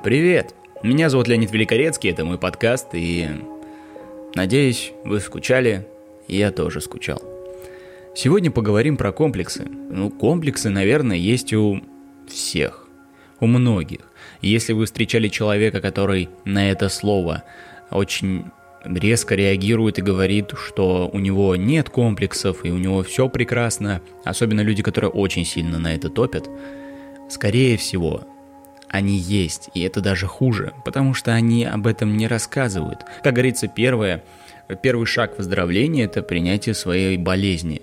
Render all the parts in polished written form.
Привет! Меня зовут Леонид Великорецкий, это мой подкаст, и надеюсь, вы скучали, и я тоже скучал. Сегодня поговорим про комплексы. Комплексы, наверное, есть у всех, у многих. Если вы встречали человека, который на это слово очень резко реагирует и говорит, что у него нет комплексов и у него все прекрасно, особенно люди, которые очень сильно на это топят, скорее всего, они есть, и это даже хуже, потому что они об этом не рассказывают. Как говорится, первый шаг выздоровления – это принятие своей болезни.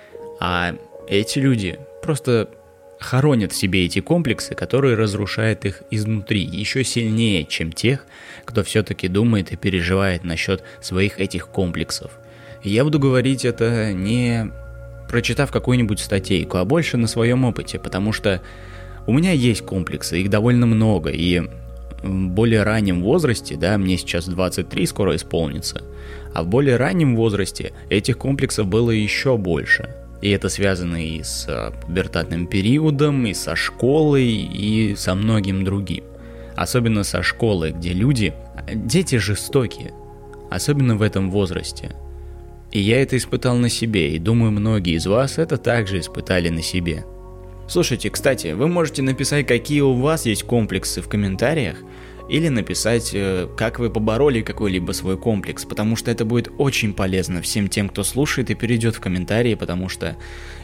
А эти люди просто хоронят в себе эти комплексы, которые разрушают их изнутри, еще сильнее, чем тех, кто все-таки думает и переживает насчет своих этих комплексов. И я буду говорить это не прочитав какую-нибудь статейку, а больше на своем опыте, потому что у меня есть комплексы, их довольно много, и в более раннем возрасте, мне сейчас 23 скоро исполнится, а в более раннем возрасте этих комплексов было еще больше. И это связано и с пубертатным периодом, и со школой, и со многим другим. Особенно со школой, где дети жестокие, особенно в этом возрасте. И я это испытал на себе, и думаю, многие из вас это также испытали на себе. Слушайте, кстати, вы можете написать, какие у вас есть комплексы в комментариях, или написать, как вы побороли какой-либо свой комплекс, потому что это будет очень полезно всем тем, кто слушает и перейдет в комментарии, потому что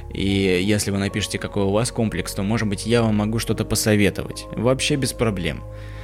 если вы напишите, какой у вас комплекс, то, может быть, я вам могу что-то посоветовать. Вообще без проблем.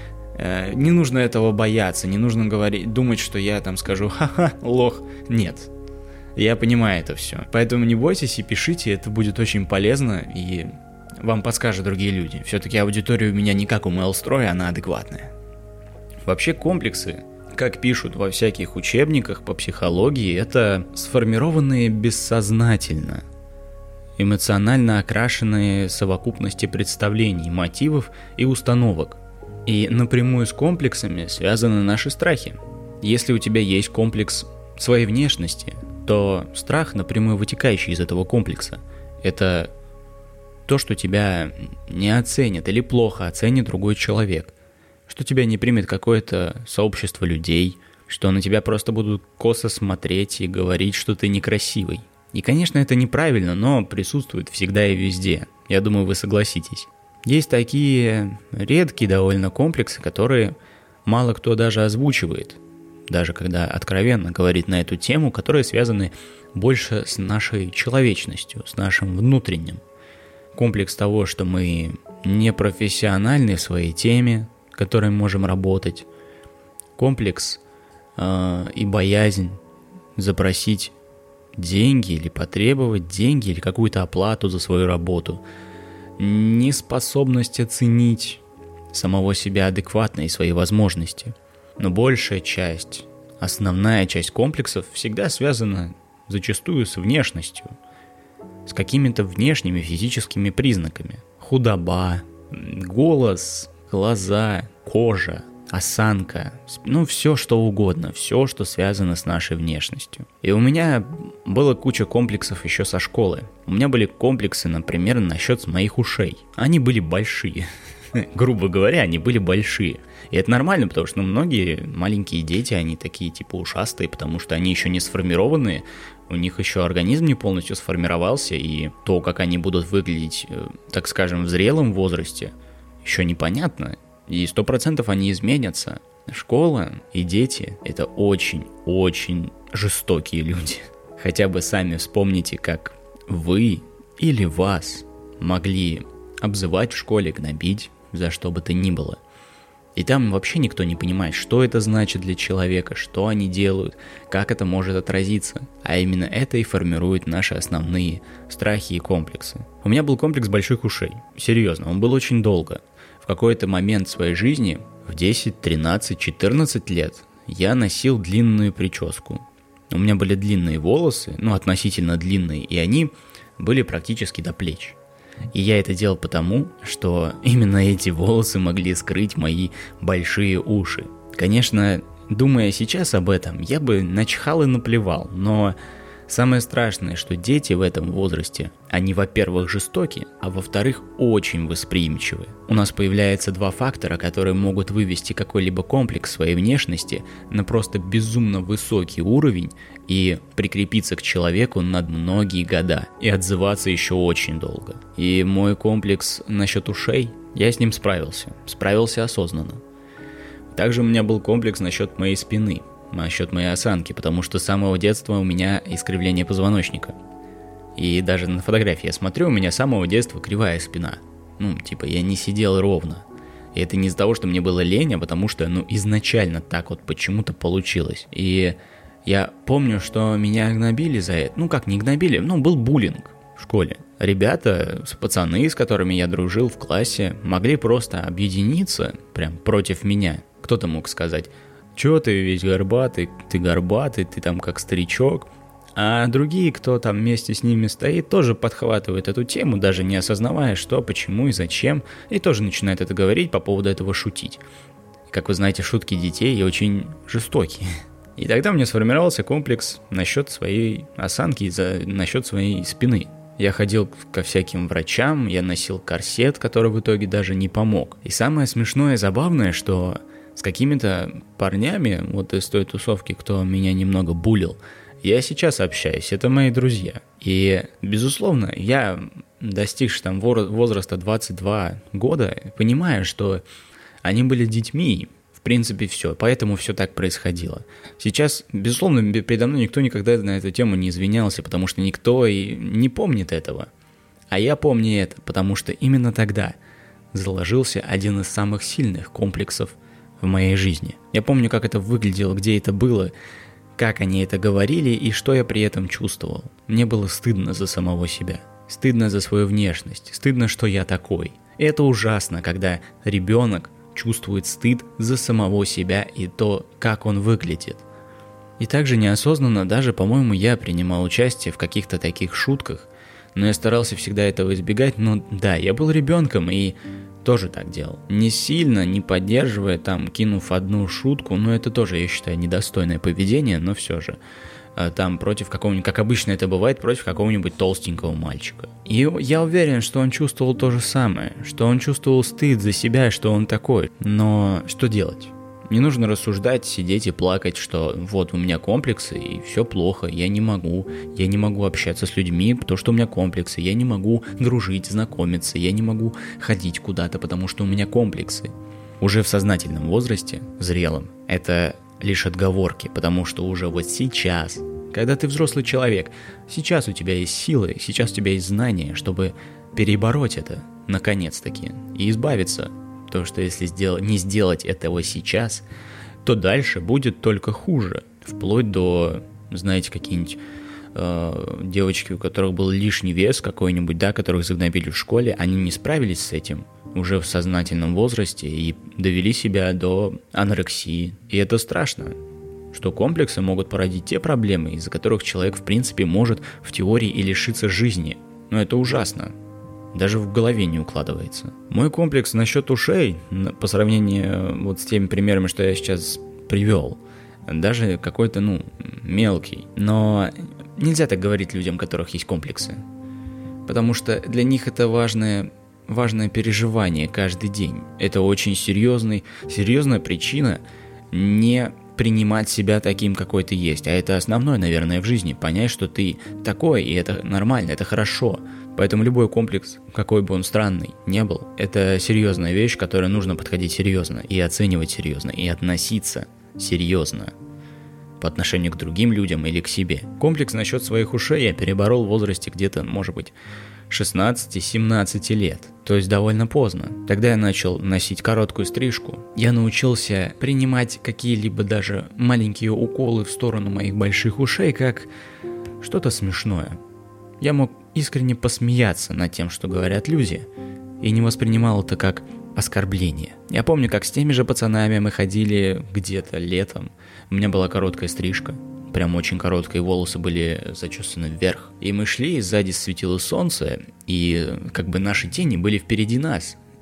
Не нужно этого бояться, не нужно думать, что я скажу «ха-ха, лох». Нет. Я понимаю это все. Поэтому не бойтесь и пишите, это будет очень полезно, и вам подскажут другие люди. Все-таки аудитория у меня не как у Mail.stro, она адекватная. Вообще комплексы, как пишут во всяких учебниках по психологии, это сформированные бессознательно, эмоционально окрашенные совокупности представлений, мотивов и установок. И напрямую с комплексами связаны наши страхи. Если у тебя есть комплекс своей внешности, то страх, напрямую вытекающий из этого комплекса, это то, что тебя не оценит или плохо оценит другой человек, что тебя не примет какое-то сообщество людей, что на тебя просто будут косо смотреть и говорить, что ты некрасивый. И, конечно, это неправильно, но присутствует всегда и везде. Я думаю, вы согласитесь. Есть такие редкие довольно комплексы, которые мало кто даже озвучивает, даже когда откровенно говорит на эту тему, которые связаны больше с нашей человечностью, с нашим внутренним. Комплекс того, что мы не профессиональны в своей теме, в которой можем работать. Комплекс и боязнь запросить деньги или потребовать деньги или какую-то оплату за свою работу. Неспособность оценить самого себя адекватно и свои возможности. Но большая часть, основная часть комплексов всегда связана зачастую с внешностью, с какими-то внешними физическими признаками. Худоба, голос, глаза, кожа, осанка, все что угодно, все, что связано с нашей внешностью. И у меня была куча комплексов еще со школы. У меня были комплексы, например, насчет моих ушей. Они были большие. Грубо говоря, они были большие. И это нормально, потому что многие маленькие дети, они такие ушастые, потому что они еще не сформированные, у них еще организм не полностью сформировался, и то, как они будут выглядеть, так скажем, в зрелом возрасте, еще непонятно, и 100% они изменятся. Школа и дети – это очень-очень жестокие люди. Хотя бы сами вспомните, как вы или вас могли обзывать в школе, гнобить, за что бы то ни было. И там вообще никто не понимает, что это значит для человека, что они делают, как это может отразиться. А именно это и формирует наши основные страхи и комплексы. У меня был комплекс больших ушей. Серьезно, он был очень долго. В какой-то момент своей жизни, в 10, 13, 14 лет, я носил длинную прическу. У меня были длинные волосы, относительно длинные, и они были практически до плеч. И я это делал потому, что именно эти волосы могли скрыть мои большие уши. Конечно, думая сейчас об этом, я бы начихал и наплевал, но Самое страшное, что дети в этом возрасте, они, во-первых, жестоки, а во-вторых, очень восприимчивы. У нас появляется два фактора, которые могут вывести какой-либо комплекс своей внешности на просто безумно высокий уровень и прикрепиться к человеку над многие года, и отзываться еще очень долго. И мой комплекс насчет ушей, я с ним справился осознанно. Также у меня был комплекс насчет моей спины, насчет моей осанки, потому что с самого детства у меня искривление позвоночника. И даже на фотографии я смотрю, у меня с самого детства кривая спина. Я не сидел ровно. И это не из-за того, что мне было лень, а потому что, изначально так вот почему-то получилось. И я помню, что меня гнобили за это. Как не гнобили, был буллинг в школе. Ребята, пацаны, с которыми я дружил в классе, могли просто объединиться прям против меня. Кто-то мог сказать: «Чё ты весь горбатый, ты там как старичок». А другие, кто там вместе с ними стоит, тоже подхватывают эту тему, даже не осознавая, что, почему и зачем, и тоже начинают это говорить, по поводу этого шутить. Как вы знаете, шутки детей очень жестокие. И тогда у меня сформировался комплекс насчет своей осанки, насчет своей спины. Я ходил ко всяким врачам, я носил корсет, который в итоге даже не помог. И самое смешное и забавное, что с какими-то парнями, вот из той тусовки, кто меня немного булил, я сейчас общаюсь, это мои друзья. И, безусловно, я, достигший там возраста 22 года, понимаю, что они были детьми, в принципе, все, поэтому все так происходило. Сейчас, безусловно, передо мной никто никогда на эту тему не извинялся, потому что никто и не помнит этого. А я помню это, потому что именно тогда заложился один из самых сильных комплексов в моей жизни. Я помню, как это выглядело, где это было, как они это говорили и что я при этом чувствовал. Мне было стыдно за самого себя, стыдно за свою внешность, стыдно, что я такой. И это ужасно, когда ребенок чувствует стыд за самого себя и то, как он выглядит. И также неосознанно даже, по-моему, я принимал участие в каких-то таких шутках, но я старался всегда этого избегать, но да, я был ребенком и тоже так делал. Не сильно, не поддерживая, кинув одну шутку, но это тоже, я считаю, недостойное поведение, но все же. Против какого-нибудь, как обычно это бывает, против какого-нибудь толстенького мальчика. И я уверен, что он чувствовал то же самое, что он чувствовал стыд за себя, что он такой. Но что делать? Не нужно рассуждать, сидеть и плакать, что вот у меня комплексы и все плохо, я не могу общаться с людьми, потому что у меня комплексы, я не могу дружить, знакомиться, я не могу ходить куда-то, потому что у меня комплексы. Уже в сознательном возрасте, зрелом, это лишь отговорки, потому что уже вот сейчас, когда ты взрослый человек, сейчас у тебя есть силы, сейчас у тебя есть знания, чтобы перебороть это, наконец-таки, и избавиться. Потому что если не сделать этого сейчас, то дальше будет только хуже. Вплоть до, знаете, какие-нибудь девочки, у которых был лишний вес какой-нибудь, которых загнобили в школе, они не справились с этим уже в сознательном возрасте и довели себя до анорексии. И это страшно, что комплексы могут породить те проблемы, из-за которых человек в принципе может в теории и лишиться жизни. Но это ужасно. Даже в голове не укладывается. Мой комплекс насчет ушей, по сравнению вот с теми примерами, что я сейчас привел, даже какой-то, мелкий. Но нельзя так говорить людям, у которых есть комплексы. Потому что для них это важное переживание каждый день. Это очень серьезная причина не принимать себя таким, какой ты есть. А это основное, наверное, в жизни. Понять, что ты такой, и это нормально, это хорошо. Поэтому любой комплекс, какой бы он странный не был, это серьезная вещь, к которой нужно подходить серьезно, и оценивать серьезно, и относиться серьезно по отношению к другим людям или к себе. Комплекс насчет своих ушей я переборол в возрасте где-то, может быть, 16-17 лет, то есть довольно поздно. Тогда я начал носить короткую стрижку. Я научился принимать какие-либо даже маленькие уколы в сторону моих больших ушей как что-то смешное. Я мог искренне посмеяться над тем, что говорят люди, и не воспринимал это как оскорбление. Я помню, как с теми же пацанами мы ходили где-то летом. У меня была короткая стрижка, прям очень короткие волосы были зачесаны вверх. И мы шли, и сзади светило солнце, и как бы наши тени были впереди нас.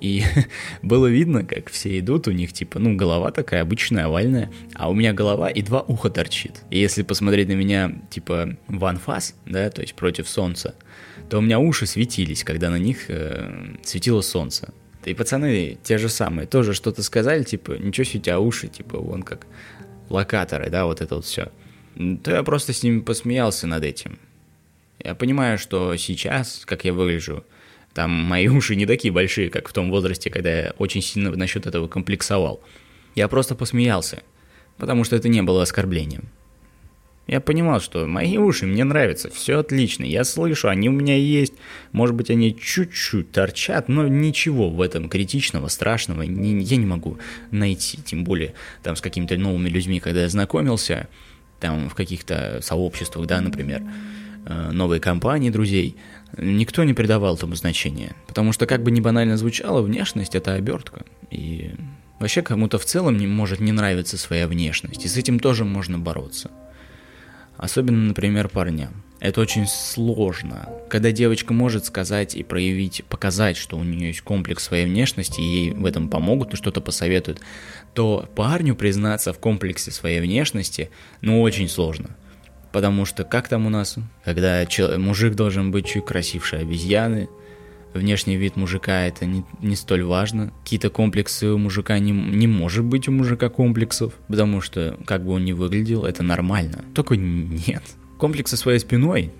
И было видно, как все идут, у них типа, голова такая обычная, овальная, а у меня голова и 2 уха торчит. И если посмотреть на меня типа в анфас, да, то есть против солнца, то у меня уши светились, когда на них светило солнце. И пацаны те же самые, тоже что-то сказали, типа, ничего себе у тебя уши, типа, вон как локаторы, да, вот это вот все. То я просто с ними посмеялся над этим. Я понимаю, что сейчас, как я выгляжу, там мои уши не такие большие, как в том возрасте, когда я очень сильно насчет этого комплексовал. Я просто посмеялся, потому что это не было оскорблением. Я понимал, что мои уши мне нравятся, все отлично, я слышу, они у меня есть, может быть, они чуть-чуть торчат, но ничего в этом критичного, страшного я не могу найти, тем более там с какими-то новыми людьми, когда я знакомился, там в каких-то сообществах, да, например, новые компании друзей, никто не придавал этому значения, потому что, как бы ни банально звучало, внешность – это обертка, и вообще кому-то в целом может не нравиться своя внешность, и с этим тоже можно бороться. Особенно, например, парням. Это очень сложно. Когда девочка может сказать и показать, что у нее есть комплекс своей внешности, и ей в этом помогут и что-то посоветуют, то парню признаться в комплексе своей внешности, очень сложно. Потому что как там у нас, когда мужик должен быть чуть красивше обезьяны, внешний вид мужика это не столь важно. Какие-то комплексы у мужика не может быть у мужика комплексов, потому что как бы он ни выглядел, это нормально. Только нет. Комплексы своей спиной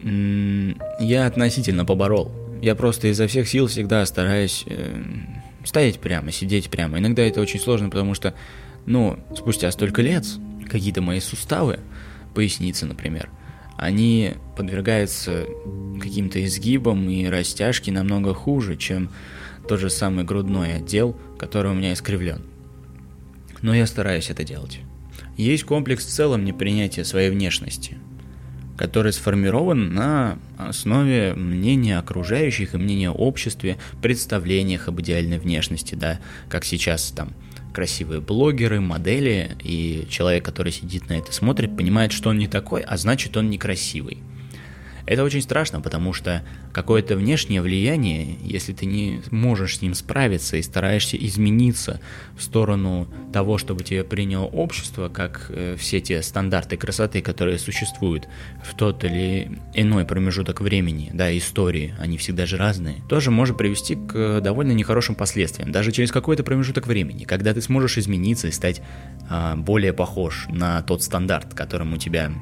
я относительно поборол. Я просто изо всех сил всегда стараюсь стоять прямо, сидеть прямо. Иногда это очень сложно, потому что, спустя столько лет какие-то мои суставы, поясница, например, они подвергаются каким-то изгибам и растяжке намного хуже, чем тот же самый грудной отдел, который у меня искривлен. Но я стараюсь это делать. Есть комплекс в целом непринятия своей внешности, который сформирован на основе мнения окружающих и мнения общества, представлениях об идеальной внешности, да, как сейчас там красивые блогеры, модели, и человек, который сидит на это смотрит, понимает, что он не такой, а значит он некрасивый. Это очень страшно, потому что какое-то внешнее влияние, если ты не можешь с ним справиться и стараешься измениться в сторону того, чтобы тебя приняло общество, как все те стандарты красоты, которые существуют в тот или иной промежуток времени, да, истории, они всегда же разные, тоже может привести к довольно нехорошим последствиям, даже через какой-то промежуток времени, когда ты сможешь измениться и стать более похож на тот стандарт, которому тебя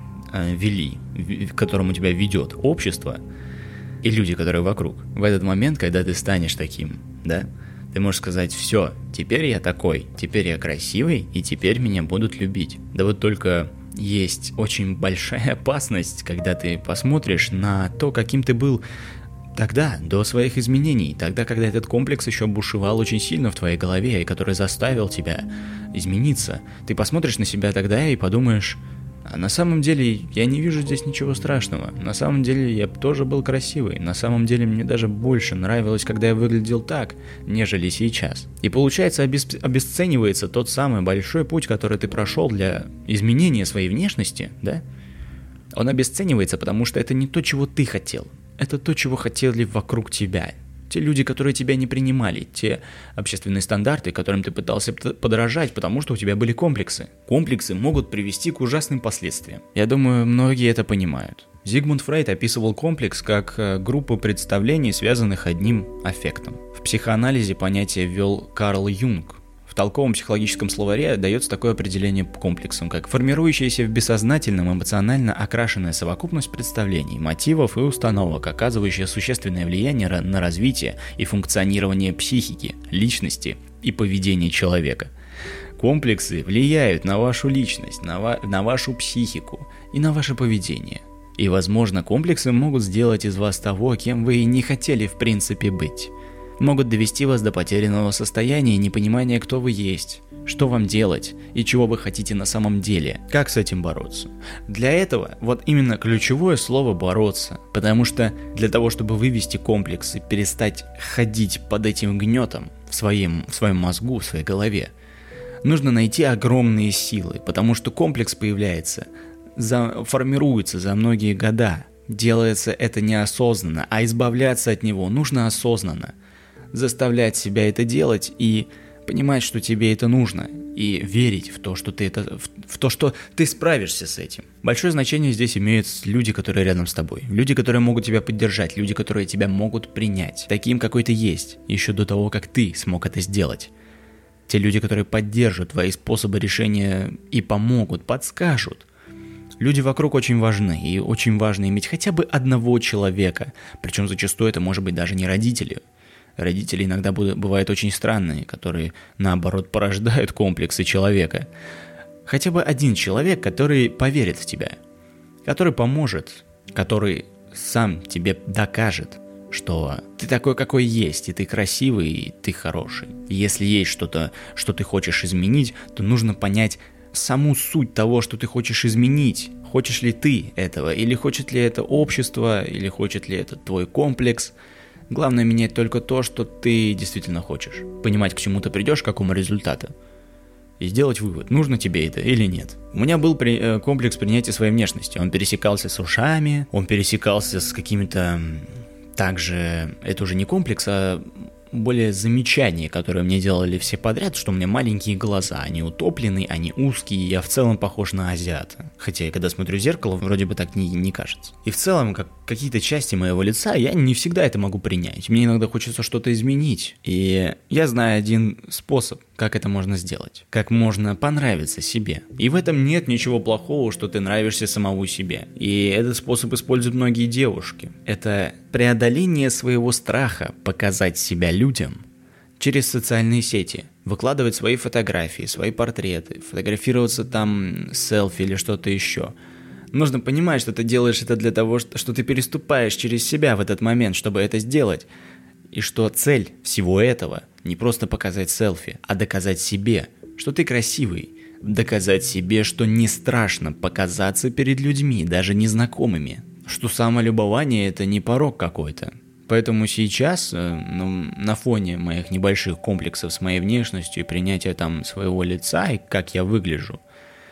к которому тебя ведет общество и люди, которые вокруг. В этот момент, когда ты станешь таким, да, ты можешь сказать: все, теперь я такой, теперь я красивый, и теперь меня будут любить. Да вот только есть очень большая опасность, когда ты посмотришь на то, каким ты был тогда, до своих изменений, тогда, когда этот комплекс еще бушевал очень сильно в твоей голове, и который заставил тебя измениться. Ты посмотришь на себя тогда и подумаешь: а на самом деле я не вижу здесь ничего страшного. На самом деле я тоже был красивый. На самом деле мне даже больше нравилось, когда я выглядел так, нежели сейчас. И получается, обесценивается тот самый большой путь, который ты прошел для изменения своей внешности, да? Он обесценивается, потому что это не то, чего ты хотел. Это то, чего хотели вокруг тебя. Те люди, которые тебя не принимали, те общественные стандарты, которым ты пытался подражать, потому что у тебя были комплексы. Комплексы могут привести к ужасным последствиям. Я думаю, многие это понимают. Зигмунд Фрейд описывал комплекс как группу представлений, связанных одним аффектом. В психоанализе понятие ввел Карл Юнг. В толковом психологическом словаре дается такое определение комплексом, как формирующаяся в бессознательном эмоционально окрашенная совокупность представлений, мотивов и установок, оказывающая существенное влияние на развитие и функционирование психики, личности и поведения человека. Комплексы влияют на вашу личность, на вашу психику и на ваше поведение. И, возможно, комплексы могут сделать из вас того, кем вы и не хотели в принципе быть. Могут довести вас до потерянного состояния и непонимания, кто вы есть, что вам делать и чего вы хотите на самом деле, как с этим бороться. Для этого вот именно ключевое слово «бороться», потому что для того, чтобы вывести комплекс и перестать ходить под этим гнетом в своем мозгу, в своей голове, нужно найти огромные силы, потому что комплекс формируется за многие года, делается это неосознанно, а избавляться от него нужно осознанно. заставлять себя это делать и понимать, что тебе это нужно, и верить в то, что ты справишься с этим. Большое значение здесь имеют люди, которые рядом с тобой, люди, которые могут тебя поддержать, люди, которые тебя могут принять таким, какой ты есть, еще до того, как ты смог это сделать. Те люди, которые поддержат твои способы решения и помогут, подскажут. Люди вокруг очень важны, и очень важно иметь хотя бы одного человека, причем зачастую это может быть даже не родители. Родители иногда бывают очень странные, которые, наоборот, порождают комплексы человека. Хотя бы один человек, который поверит в тебя, который поможет, который сам тебе докажет, что ты такой, какой есть, и ты красивый, и ты хороший. Если есть что-то, что ты хочешь изменить, то нужно понять саму суть того, что ты хочешь изменить. Хочешь ли ты этого, или хочет ли это общество, или хочет ли это твой комплекс. Главное менять только то, что ты действительно хочешь. Понимать, к чему ты придешь, к какому результату. И сделать вывод, нужно тебе это или нет. У меня был комплекс принятия своей внешности. Он пересекался с ушами, он пересекался с какими-то... Также, это уже не комплекс, а более замечания, которые мне делали все подряд, что у меня маленькие глаза, они утоплены, они узкие, я в целом похож на азиата. Хотя я когда смотрю в зеркало, вроде бы так не кажется. И в целом, как какие-то части моего лица, я не всегда это могу принять. Мне иногда хочется что-то изменить. И я знаю один способ, как это можно сделать. Как можно понравиться себе. И в этом нет ничего плохого, что ты нравишься самому себе. И этот способ используют многие девушки. Это преодоление своего страха показать себя людям через социальные сети. Выкладывать свои фотографии, свои портреты, фотографироваться там селфи или что-то еще. Нужно понимать, что ты делаешь это для того, что ты переступаешь через себя в этот момент, чтобы это сделать. И что цель всего этого не просто показать селфи, а доказать себе, что ты красивый. Доказать себе, что не страшно показаться перед людьми, даже незнакомыми. Что самолюбование это не порок какой-то. Поэтому сейчас, на фоне моих небольших комплексов с моей внешностью и принятия там своего лица и как я выгляжу,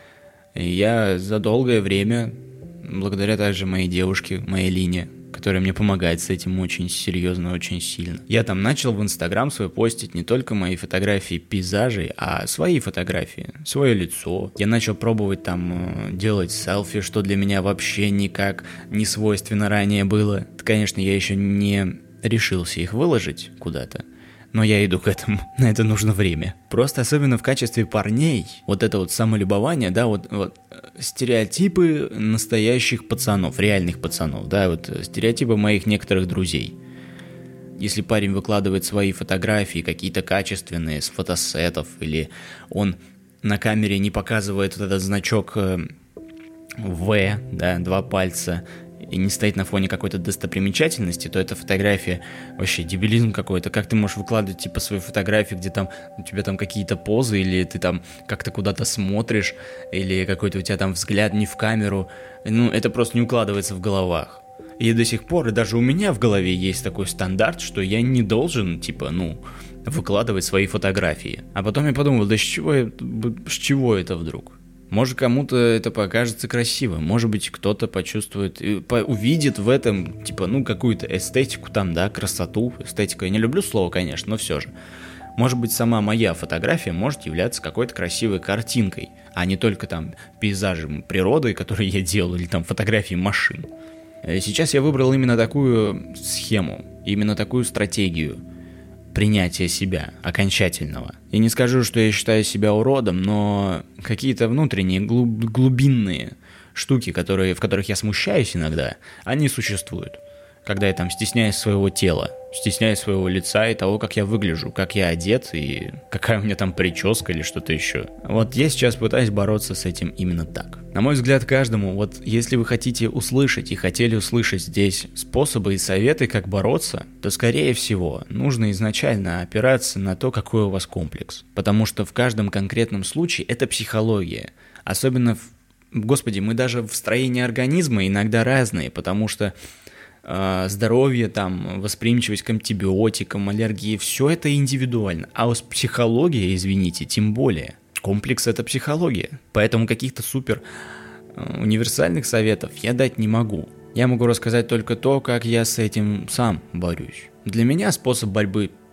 я за долгое время, благодаря также моей девушке, моей Лине, которая мне помогает с этим очень серьезно, очень сильно. Я там начал в Инстаграм свой постить не только мои фотографии пейзажей, а свои фотографии, свое лицо. Я начал пробовать там делать селфи, что для меня вообще никак не свойственно ранее было. Конечно, я еще не решился их выложить куда-то, но я иду к этому, на это нужно время. Просто особенно в качестве парней, вот это вот самолюбование, да, вот стереотипы настоящих пацанов, реальных пацанов, да, вот стереотипы моих некоторых друзей. Если парень выкладывает свои фотографии, какие-то качественные, с фотосетов, или он на камере не показывает вот этот значок В, да, 2 пальца, и не стоит на фоне какой-то достопримечательности, то эта фотография вообще дебилизм какой-то. Как ты можешь выкладывать типа свои фотографии, где там у тебя там какие-то позы, или ты там как-то куда-то смотришь, или какой-то у тебя там взгляд не в камеру. Ну, это просто не укладывается в головах. И до сих пор, и даже у меня в голове есть такой стандарт, что я не должен, типа, выкладывать свои фотографии. А потом я подумал, да с чего это вдруг? Может, кому-то это покажется красивым, может быть, кто-то почувствует, увидит в этом, типа, какую-то эстетику там, да, красоту, эстетику. Я не люблю слово, конечно, но все же. Может быть, сама моя фотография может являться какой-то красивой картинкой, а не только там пейзажем природы, которые я делал, или там фотографии машин. Сейчас я выбрал именно такую схему, именно такую стратегию принятия себя окончательного. И не скажу, что я считаю себя уродом, но какие-то внутренние, глубинные штуки, в которых я смущаюсь иногда, они существуют. Когда я там стесняюсь своего тела, стесняюсь своего лица и того, как я выгляжу, как я одет и какая у меня там прическа или что-то еще. Вот я сейчас пытаюсь бороться с этим именно так. На мой взгляд, каждому, вот если вы хотите услышать и хотели услышать здесь способы и советы, как бороться, то, скорее всего, нужно изначально опираться на то, какой у вас комплекс. Потому что в каждом конкретном случае это психология. Особенно, господи, мы даже в строении организма иногда разные, потому что здоровье, там, восприимчивость к антибиотикам, аллергии, все это индивидуально. А вот психология, извините, тем более. Комплекс – это психология. Поэтому каких-то супер универсальных советов я дать не могу. Я могу рассказать только то, как я с этим сам борюсь. Для меня способ борьбы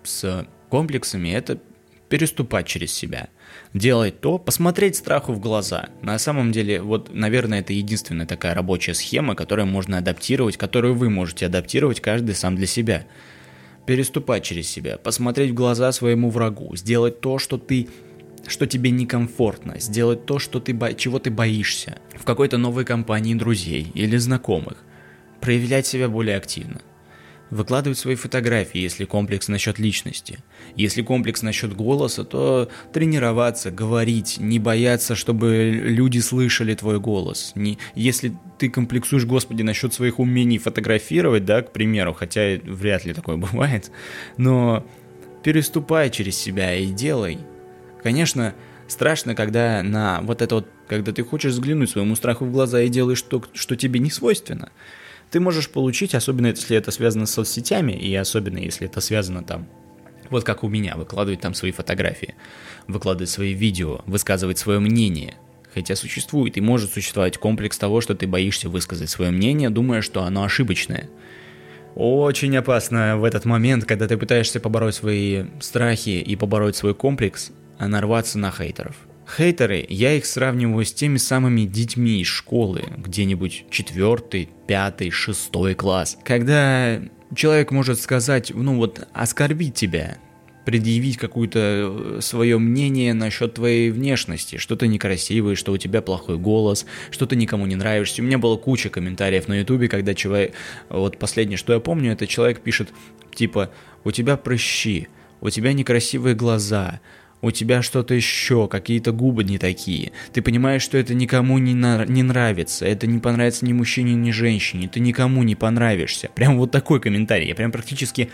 с комплексами – это переступать через себя. Делать то, посмотреть страху в глаза. На самом деле, вот, наверное, это единственная такая рабочая схема, которую можно адаптировать, которую вы можете адаптировать каждый сам для себя. Переступать через себя, посмотреть в глаза своему врагу, сделать то, что тебе некомфортно, сделать то, чего ты боишься в какой-то новой компании друзей или знакомых, проявлять себя более активно. Выкладывать свои фотографии, если комплекс насчет личности. Если комплекс насчет голоса, то тренироваться, говорить, не бояться, чтобы люди слышали твой голос. Если ты комплексуешь, Господи, насчет своих умений фотографировать, да, к примеру, хотя вряд ли такое бывает, но переступай через себя и делай. Конечно, страшно, когда когда ты хочешь взглянуть своему страху в глаза и делаешь то, что тебе не свойственно. Ты можешь получить, особенно если это связано с соцсетями, и особенно если это связано там, вот как у меня, выкладывать там свои фотографии, выкладывать свои видео, высказывать свое мнение. Хотя существует и может существовать комплекс того, что ты боишься высказать свое мнение, думая, что оно ошибочное. Очень опасно в этот момент, когда ты пытаешься побороть свои страхи и побороть свой комплекс, нарваться на хейтеров. Хейтеры, я их сравниваю с теми самыми детьми из школы, где-нибудь 4, 5, 6 класс. Когда человек может сказать, оскорбить тебя, предъявить какое-то свое мнение насчет твоей внешности, что ты некрасивый, что у тебя плохой голос, что ты никому не нравишься. У меня была куча комментариев на ютубе, когда человек, вот последнее, что я помню, это человек пишет, типа, у тебя прыщи, у тебя некрасивые глаза, у тебя что-то еще, какие-то губы не такие. Ты понимаешь, что это никому не нравится, это не понравится ни мужчине, ни женщине, ты никому не понравишься. Прям вот такой комментарий, я прям практически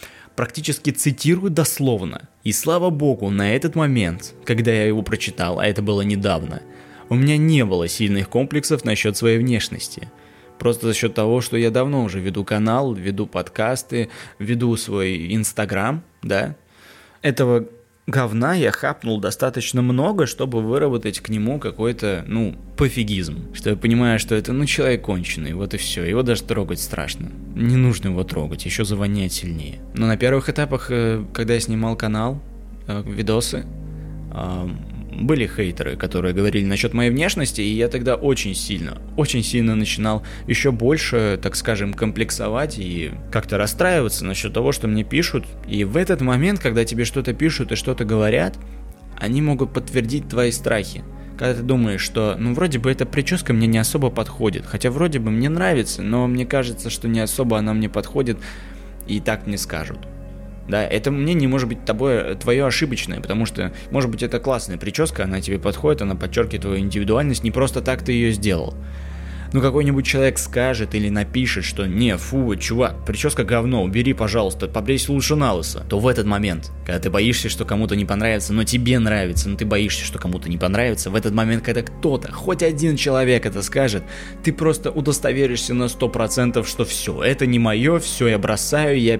цитирую дословно. И слава богу, на этот момент, когда я его прочитал, а это было недавно, у меня не было сильных комплексов насчет своей внешности. Просто за счет того, что я давно уже веду канал, веду подкасты, веду свой Инстаграм, да. Этого говна я хапнул достаточно много, чтобы выработать к нему какой-то, пофигизм. Что я понимаю, что это, человек конченый, вот и все. Его даже трогать страшно. Не нужно его трогать, еще завоняет сильнее. Но на первых этапах, когда я снимал канал, видосы, были хейтеры, которые говорили насчет моей внешности, и я тогда очень сильно начинал еще больше, так скажем, комплексовать и как-то расстраиваться насчет того, что мне пишут. И в этот момент, когда тебе что-то пишут и что-то говорят, они могут подтвердить твои страхи. Когда ты думаешь, что, вроде бы эта прическа мне не особо подходит, хотя вроде бы мне нравится, но мне кажется, что не особо она мне подходит, и так мне скажут. Да, это мнение может быть твое ошибочное, потому что, может быть, это классная прическа, она тебе подходит, она подчеркивает твою индивидуальность, не просто так ты ее сделал. Какой-нибудь человек скажет или напишет, что «Не, фу, чувак, прическа говно, убери, пожалуйста, побрейся лучше на лысо», то в этот момент, когда ты боишься, что кому-то не понравится, но тебе нравится, но ты боишься, что кому-то не понравится, в этот момент, когда кто-то, хоть один человек это скажет, ты просто удостоверишься на 100%, что все, это не мое, все, я бросаю, я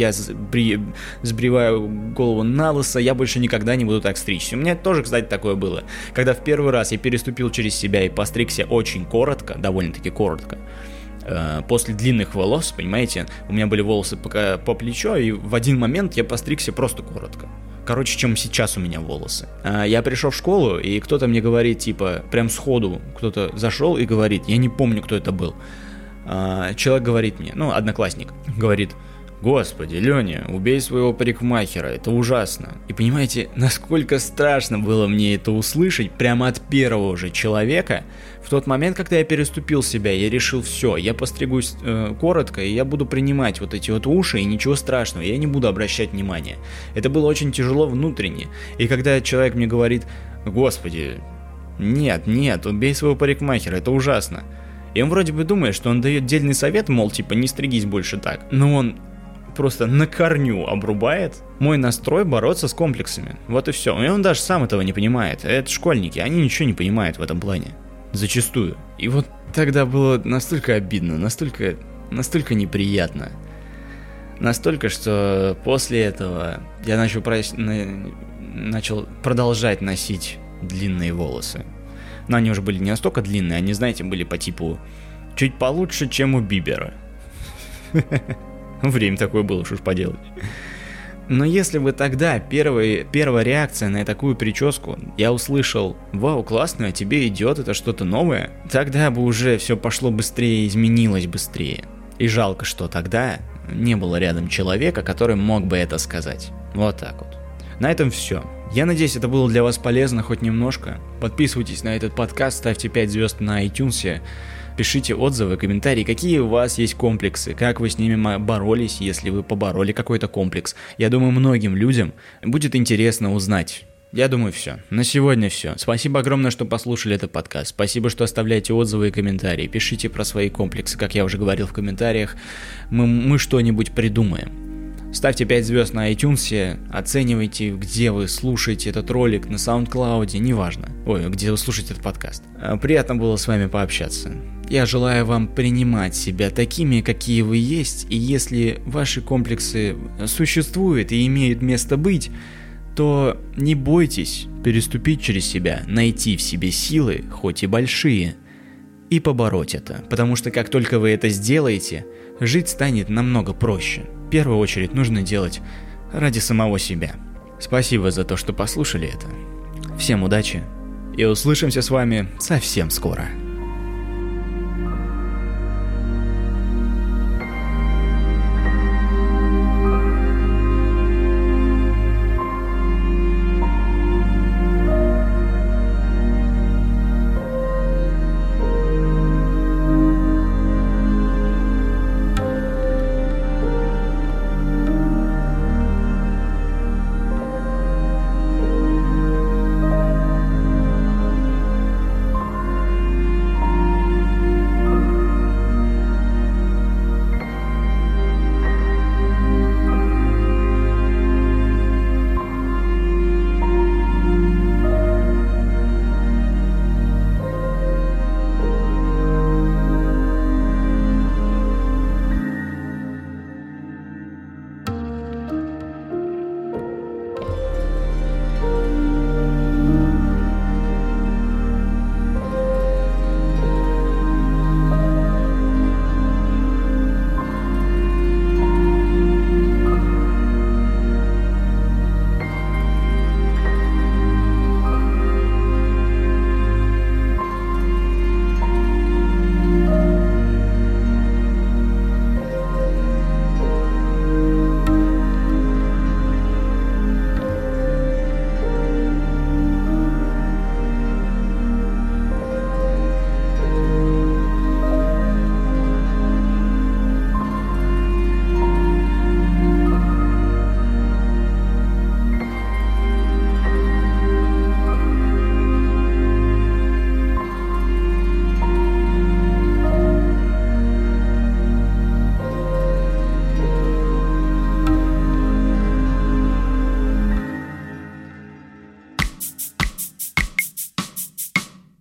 сбриваю голову на лысо, я больше никогда не буду так стричься. У меня тоже, кстати, такое было. Когда в первый раз я переступил через себя и постригся очень коротко, довольно-таки коротко. После длинных волос, понимаете, у меня были волосы по плечо, и в один момент я постригся просто коротко. Короче, чем сейчас у меня волосы. Я пришел в школу, и кто-то мне говорит, типа, прям сходу, кто-то зашел и говорит, я не помню, кто это был. Человек говорит мне, одноклассник, говорит: «Господи, Леня, убей своего парикмахера, это ужасно». И понимаете, насколько страшно было мне это услышать прямо от первого же человека. В тот момент, когда я переступил себя, я решил: все, я постригусь коротко, и я буду принимать вот эти вот уши, и ничего страшного, я не буду обращать внимания. Это было очень тяжело внутренне. И когда человек мне говорит: «Господи, нет, убей своего парикмахера, это ужасно». И он вроде бы думает, что он дает дельный совет, мол, типа, не стригись больше так. Но он просто на корню обрубает мой настрой бороться с комплексами. Вот и все. И он даже сам этого не понимает. Это школьники, они ничего не понимают в этом плане. Зачастую. И вот тогда было настолько обидно, настолько неприятно. Настолько, что после этого я начал продолжать носить длинные волосы. Но они уже были не настолько длинные, они, знаете, были по типу чуть получше, чем у Бибера. Время такое было, что ж поделать. Но если бы тогда первая реакция на такую прическу, я услышал: «Вау, классно, тебе идет, это что-то новое», тогда бы уже все пошло быстрее, изменилось быстрее. И жалко, что тогда не было рядом человека, который мог бы это сказать. Вот так вот. На этом все. Я надеюсь, это было для вас полезно хоть немножко. Подписывайтесь на этот подкаст, ставьте 5 звезд на iTunes, пишите отзывы, комментарии, какие у вас есть комплексы, как вы с ними боролись, если вы побороли какой-то комплекс. Я думаю, многим людям будет интересно узнать. Я думаю, все. На сегодня все. Спасибо огромное, что послушали этот подкаст. Спасибо, что оставляете отзывы и комментарии. Пишите про свои комплексы, как я уже говорил в комментариях. Мы что-нибудь придумаем. Ставьте 5 звезд на iTunes, оценивайте, где вы слушаете этот ролик, на SoundCloud, неважно. Где вы слушаете этот подкаст. Приятно было с вами пообщаться. Я желаю вам принимать себя такими, какие вы есть, и если ваши комплексы существуют и имеют место быть, то не бойтесь переступить через себя, найти в себе силы, хоть и большие, и побороть это. Потому что как только вы это сделаете, жить станет намного проще. В первую очередь нужно делать ради самого себя. Спасибо за то, что послушали это. Всем удачи и услышимся с вами совсем скоро.